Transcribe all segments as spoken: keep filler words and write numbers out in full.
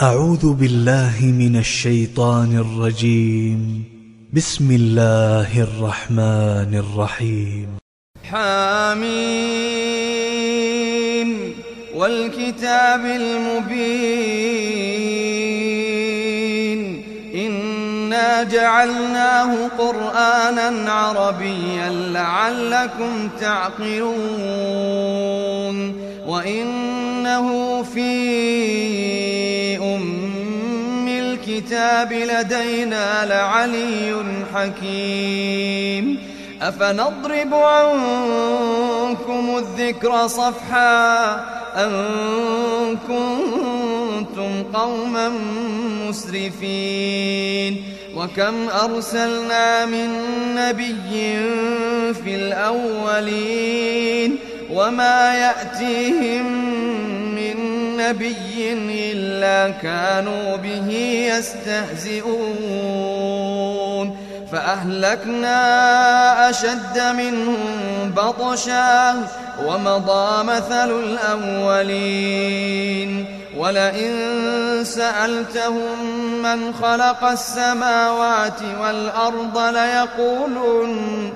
أعوذ بالله من الشيطان الرجيم. بسم الله الرحمن الرحيم. حاميم والكتاب المبين إنا جعلناه قرآنا عربيا لعلكم تعقلون وإنه في أم الكتاب لدينا لعلي حكيم أفنضرب عنكم الذكر صفحا أن كنتم قوما مسرفين وكم أرسلنا من نبي في الأولين وما يأتيهم من نبي إلا كانوا به يستهزئون فأهلكنا أشد منهم بطشا ومضى مثل الأولين ولئن سألتهم من خلق السماوات والأرض ليقولن,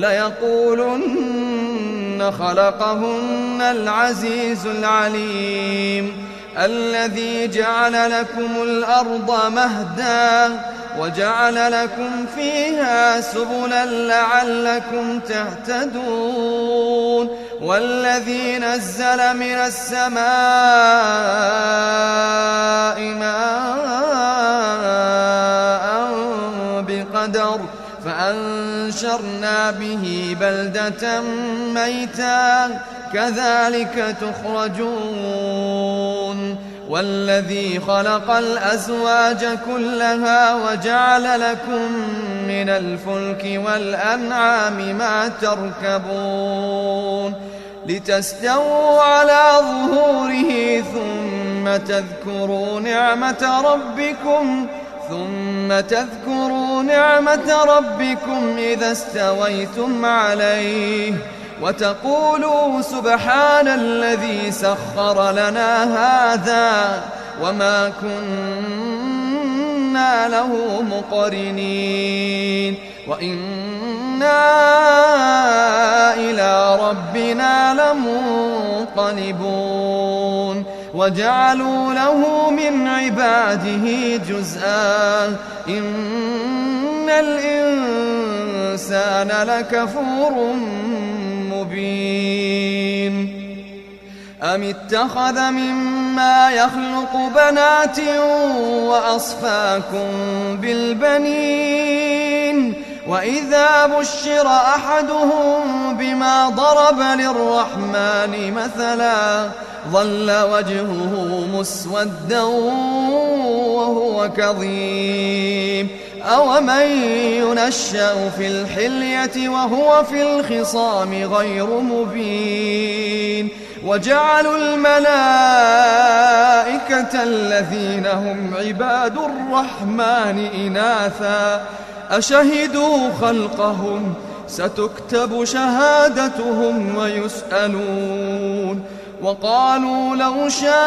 ليقولن خلقهن العزيز العليم الذي جعل لكم الأرض مهدا وجعل لكم فيها سبلا لعلكم تهتدون والذي نزل من السماء ماء بقدر فأنشرنا به بلدة ميتا كذلك تخرجون والذي خلق الأزواج كلها وجعل لكم من الفلك والأنعام ما تركبون لتستووا على ظهوره ثم تذكروا نعمة ربكم ثم تذكروا نعمة ربكم إذا استويتم عليه وتقولوا سبحان الذي سخر لنا هذا وما كنا له مقرنين وإنا إلى ربنا لمنقلبون وجعلوا له من عباده جزءا إن الإنسان لكفور مبين أم اتخذ مما يخلق بنات وأصفاكم بالبنين وإذا بشر أحدهم بما ضرب للرحمن مثلا ظل وجهه مسودا وهو كظيم أومن ينشأ في الحلية وهو في الخصام غير مبين وجعلوا الملائكة الذين هم عباد الرحمن إناثا أشهدوا خلقهم ستكتب شهادتهم ويسألون وقالوا لو شاء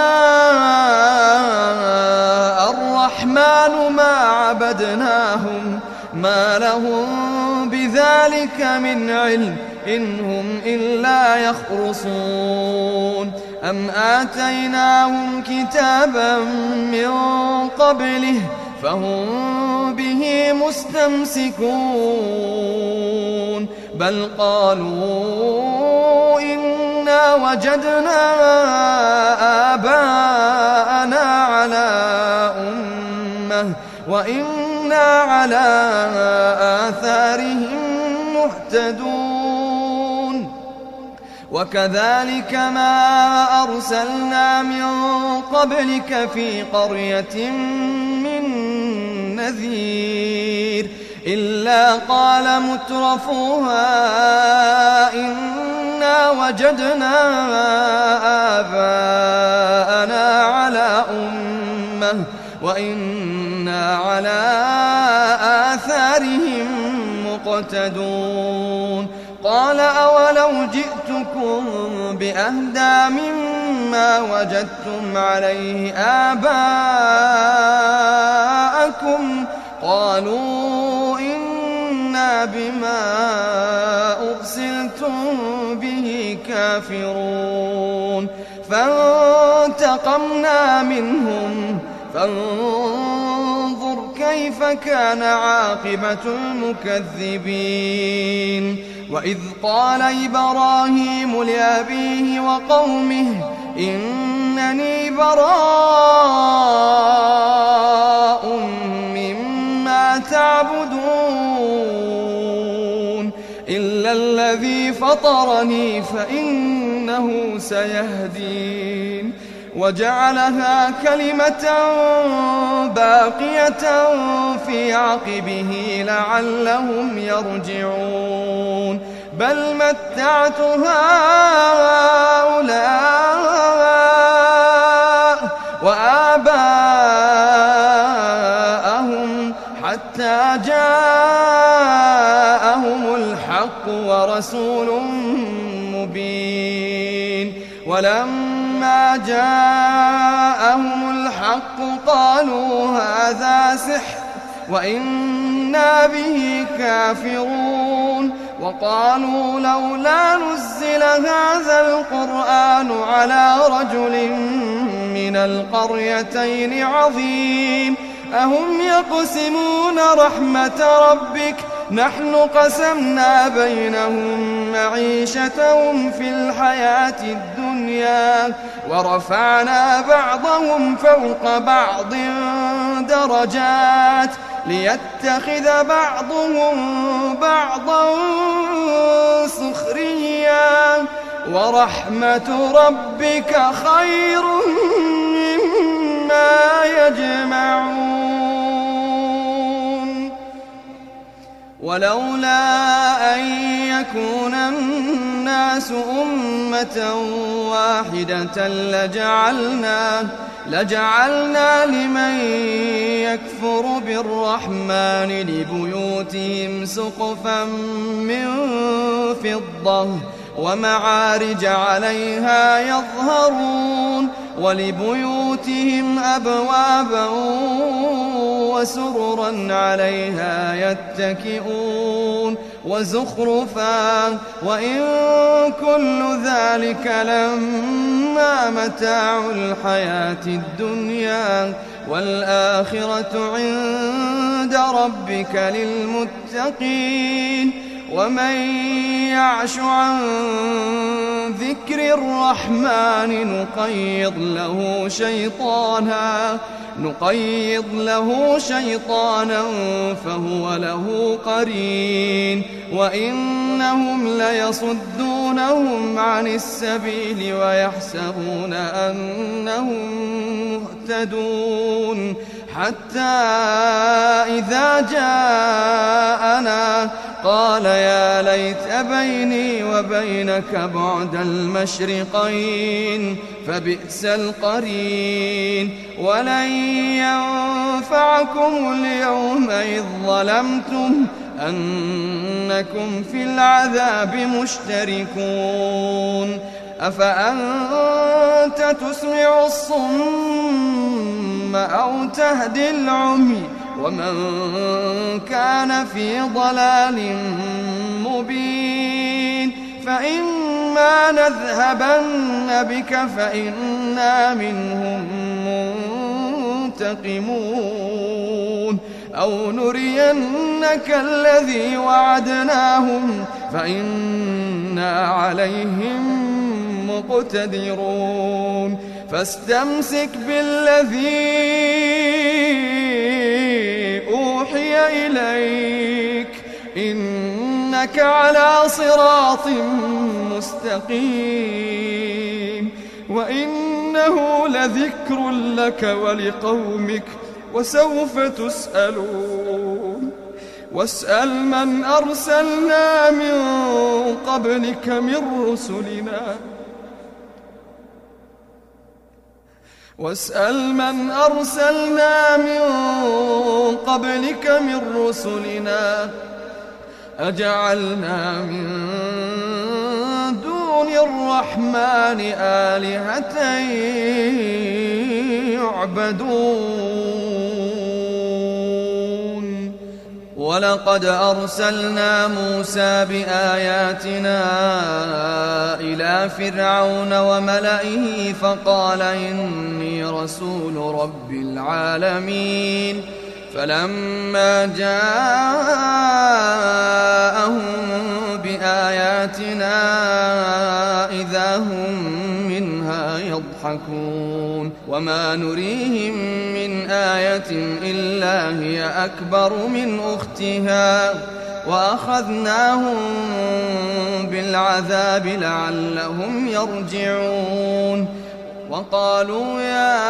الرحمن ما عبدناهم ما لهم بذلك من علم إن هم إلا يخرصون أم آتيناهم كتابا من قبله فهم به مستمسكون بل قالوا إنا وجدنا آباءنا على أمة وإنا على آثارهم مهتدون وكذلك ما أرسلنا من قبلك في قرية من نذير إلا قال مترفوها إنا وجدنا آباءنا على أمة وإنا على آثارهم مقتدون قال أولو جئتكم بأهدى مما وجدتم عليه آباءكم قالوا إنا بما أرسلتم به كافرون فانتقمنا منهم فانظر كيف كان عاقبة المكذبين وإذ قال إبراهيم لأبيه وقومه إنني براء مما تعبدون إلا الذي فطرني فإنه سيهدين وجعلها كلمة باقية في عقبه لعلهم يرجعون بل متعت هؤلاء وآباءهم حتى جاءهم الحق ورسول مبين ولما جاءهم الحق قالوا هذا سحر وإنا به كافرون وقالوا لولا نزل هذا القرآن على رجل من القريتين عظيم أهم يقسمون رحمة ربك نحن قسمنا بينهم معيشتهم في الحياة الدنيا ورفعنا بعضهم فوق بعض درجات ليتخذ بعضهم بعضا سخريا ورحمة ربك خير مما يجمعون ولولا أن يكون الناس أمة واحدة لجعلنا لجعلنا لمن يكفر بالرحمن لبيوتهم سقفا من فضة ومعارج عليها يظهرون ولبيوتهم أبوابا وسررا عليها يتكئون وزخرفا وإن كل ذلك لما متاع الحياة الدنيا والآخرة عند ربك للمتقين ومن يعش عن ذكر الرحمن نقيض له شيطانا نقيض له شيطانا فهو له قرين وإنهم ليصدونهم عن السبيل ويحسبون أنهم مهتدون حتى إذا جاءنا قال يا ليت بيني وبينك بعد المشرقين فبئس القرين ولن ينفعكم اليوم إذ ظلمتم أنكم في العذاب مشتركون أفأنت تسمع الصم أو تهدي العمي ومن كان في ضلال مبين فإما نذهبن بك فإنا منهم منتقمون أو نرينك الذي وعدناهم فإنا عليهم مقتدرون فاستمسك بالذي أوحي إليك إنك على صراط مستقيم وإنه لذكر لك ولقومك وسوف تسألون واسأل من أرسلنا من قبلك من رسلنا واسأل من أرسلنا من قبلك من رسلنا أجعلنا من دون الرحمن آلهة يعبدون ولقد أرسلنا موسى بآياتنا إلى فرعون وملئه فقال إني رسول رب العالمين فلما جاءهم بآياتنا إذا هم منها يضحكون وما نريهم من آية إلا هي أكبر من أختها وأخذناهم بالعذاب لعلهم يرجعون وقالوا يا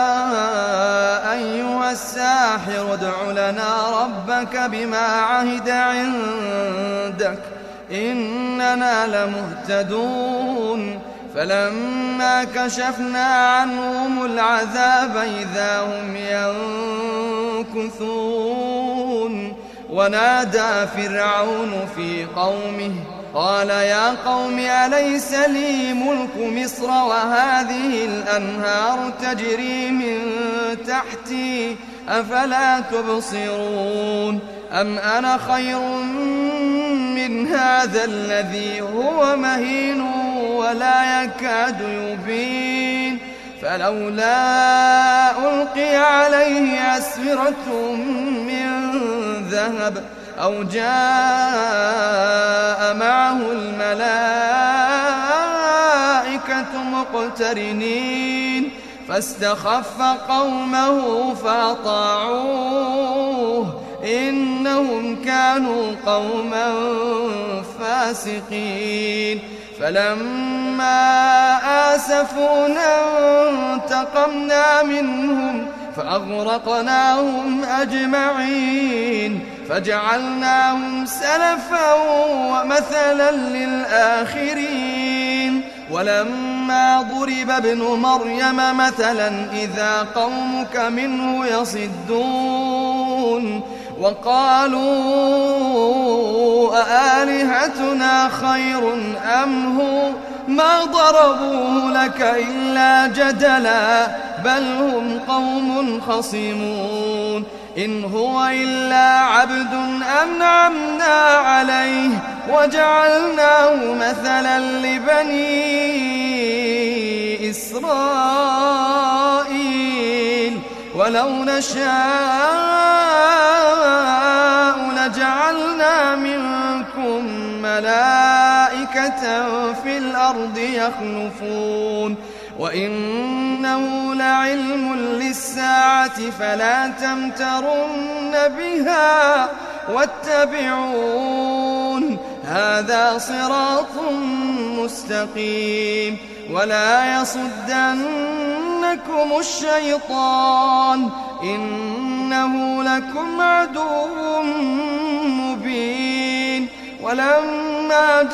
أيها الساحر ادع لنا ربك بما عهد عندك إننا لمهتدون فلما كشفنا عنهم العذاب إذا هم ينكثون ونادى فرعون في قومه قال يا قوم أليس لي ملك مصر وهذه الأنهار تجري من تحتي أفلا تبصرون أم أنا خير من هذا الذي هو مهين ولا يكاد يبين فلولا ألقي عليه أسورة من ذهب أو جاء معه الملائكة مقترنين فاستخف قومه فأطاعوه إنهم كانوا قوما فاسقين فلما آسفونا انتقمنا منهم فأغرقناهم أجمعين فجعلناهم سلفا ومثلا للآخرين ولما ضرب ابن مريم مثلا إذا قومك منه يصدون وقالوا أآلهتنا خير أم هو ما ضربوه لك إلا جدلا بل هم قوم خصمون إن هو إلا عبد أنعمنا عليه وجعلناه مثلا لبني إسرائيل ولو نشاء لجعلنا منكم ملائكة في الأرض يخلفون وإنه لعلم للساعة فلا تمترن بها واتبعون هذا صراط مستقيم ولا يصدنكم الشيطان إنه لكم عدو مبين ولما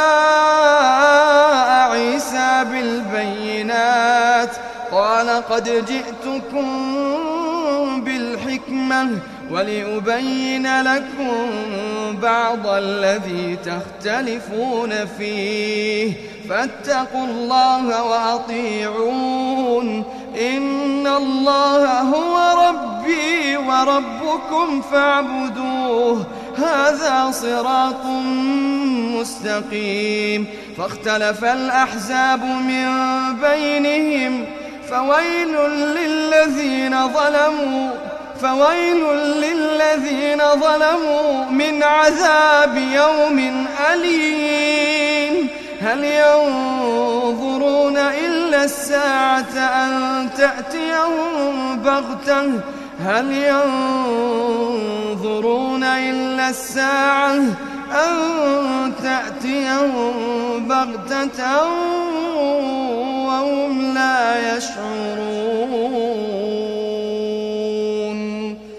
جاء عيسى بالبينات قال قد جئتكم بالحكمة ولأبين لكم بعض الذي تختلفون فيه فاتقوا الله وأطيعون إن الله هو ربي وربكم فاعبدوه هذا صراط مستقيم فاختلف الأحزاب من بينهم فويل للذين ظلموا فويل للذين ظلموا من عذاب يوم أليم هل ينظرون إلا الساعة أن تأتيهم بغتة هل ينظرون إلا الساعة أن تأتيهم بغتة وهم لا يشعرون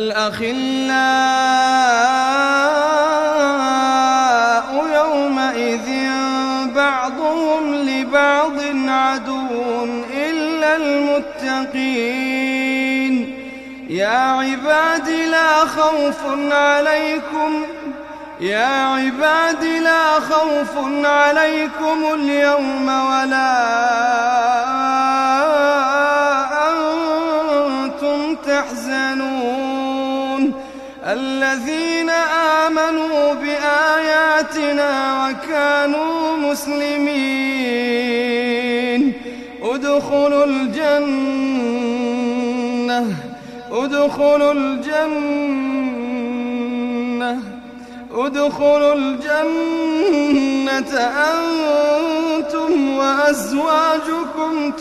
الأخلاء يومئذ بعضهم لبعض عدو إلا المتقين يا عباد لا خوف عليكم يا عباد لا خوف عليكم اليوم ولا أنتم تحزنون الذين آمنوا بآياتنا وكانوا مسلمين ادخلوا الجنة ادخلوا الجنة ادخلوا الجنة أنتم وأزواجكم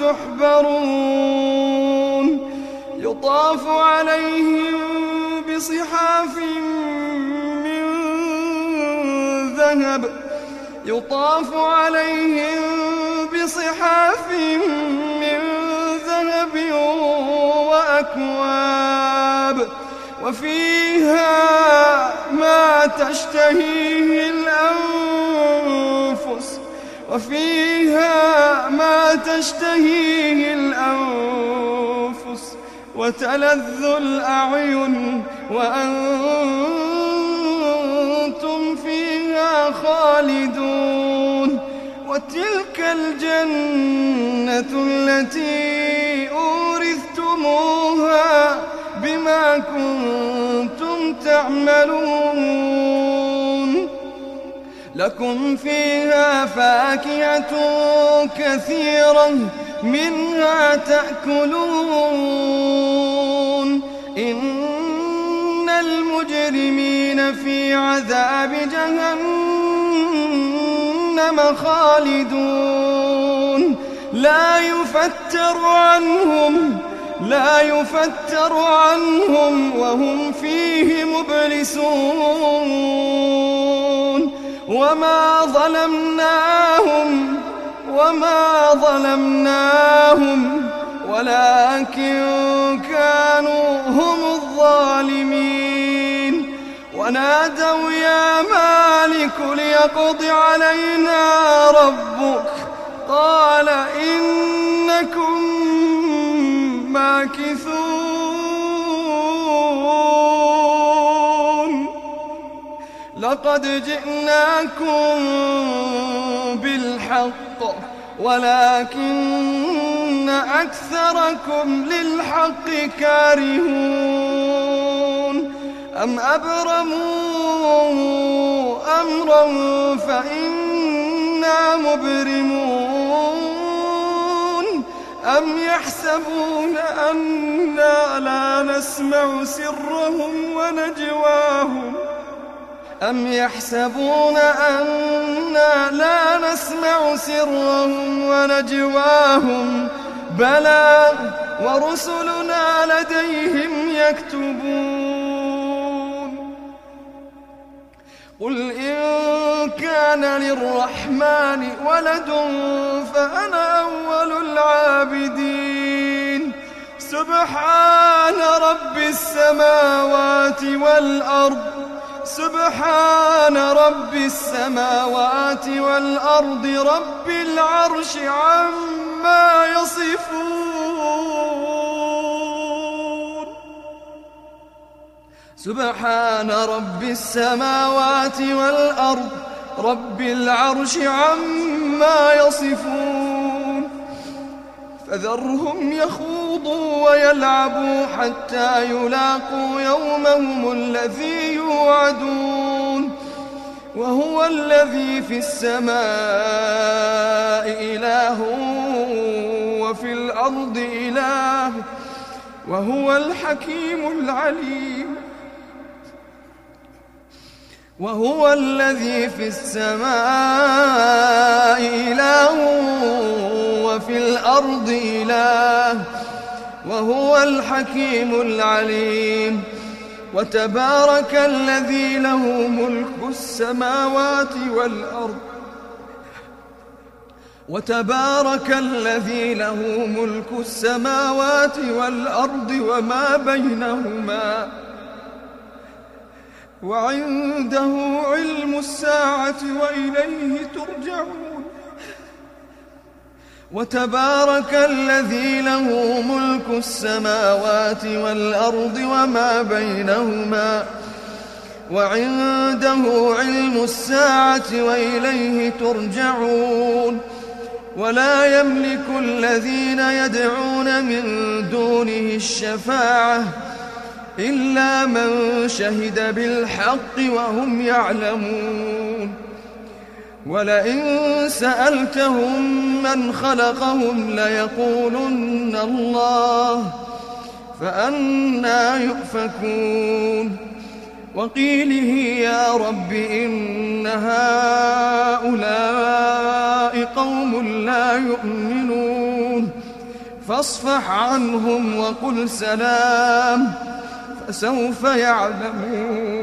تحبرون يطاف عليهم بصحاف من ذهب يطاف عليهم بصحاف من ذهب وأكواب وفيها ما تشتهيه الأنفس وفيها ما تشتهيه الأنفس وتلذ الأعين وأنتم فيها خالدون وتلك الجنة التي أورثتموها بما كنتم تعملون لكم فيها فاكهة كثيرة منها تأكلون إن المجرمين في عذاب جهنم خالدون لا يفتر عنهم لا يفتر عنهم وهم فيه مبلسون وما ظلمناهم وما ظلمناهم ولكن كانوا هم الظالمين ونادوا يا مالك ليقض علينا ربك قال إنكم ماكثون لقد جئناكم بالحق ولكن أكثركم للحق كارهون أم أبرموا أمرا فإنا مبرمون أم يحسبون أنا لا نسمع سرهم ونجواهم أم يحسبون أنا لا نسمع سرهم ونجواهم بلى ورسلنا لديهم يكتبون قل إن كان للرحمن ولد فأنا أول العابدين سبحان رب السماوات والأرض سبحان رب السماوات والأرض رب العرش عما يصفون سبحان رب السماوات والأرض رب العرش عما يصفون فذرهم يخوضوا ويلعبوا حتى يلاقوا يومهم الذي يوعدون وهو الذي في السماء إله وفي الأرض إله وهو الحكيم العليم وهو الذي في السماء إله وفي الأرض إله وهو الحكيم العليم وتبارك الذي له ملك السماوات والأرض وتبارك الذي له ملك السماوات والأرض وما بينهما وعنده علم الساعة وإليه ترجعون وتبارك الذي له ملك السماوات والأرض وما بينهما وعنده علم الساعة وإليه ترجعون ولا يملك الذين يدعون من دونه الشفاعة إلا من شهد بالحق وهم يعلمون ولئن سألتهم من خلقهم ليقولن الله فأنى يؤفكون وقيله يا رب إن هؤلاء قوم لا يؤمنون فاصفح عنهم وقل سلام فسوف يعلمون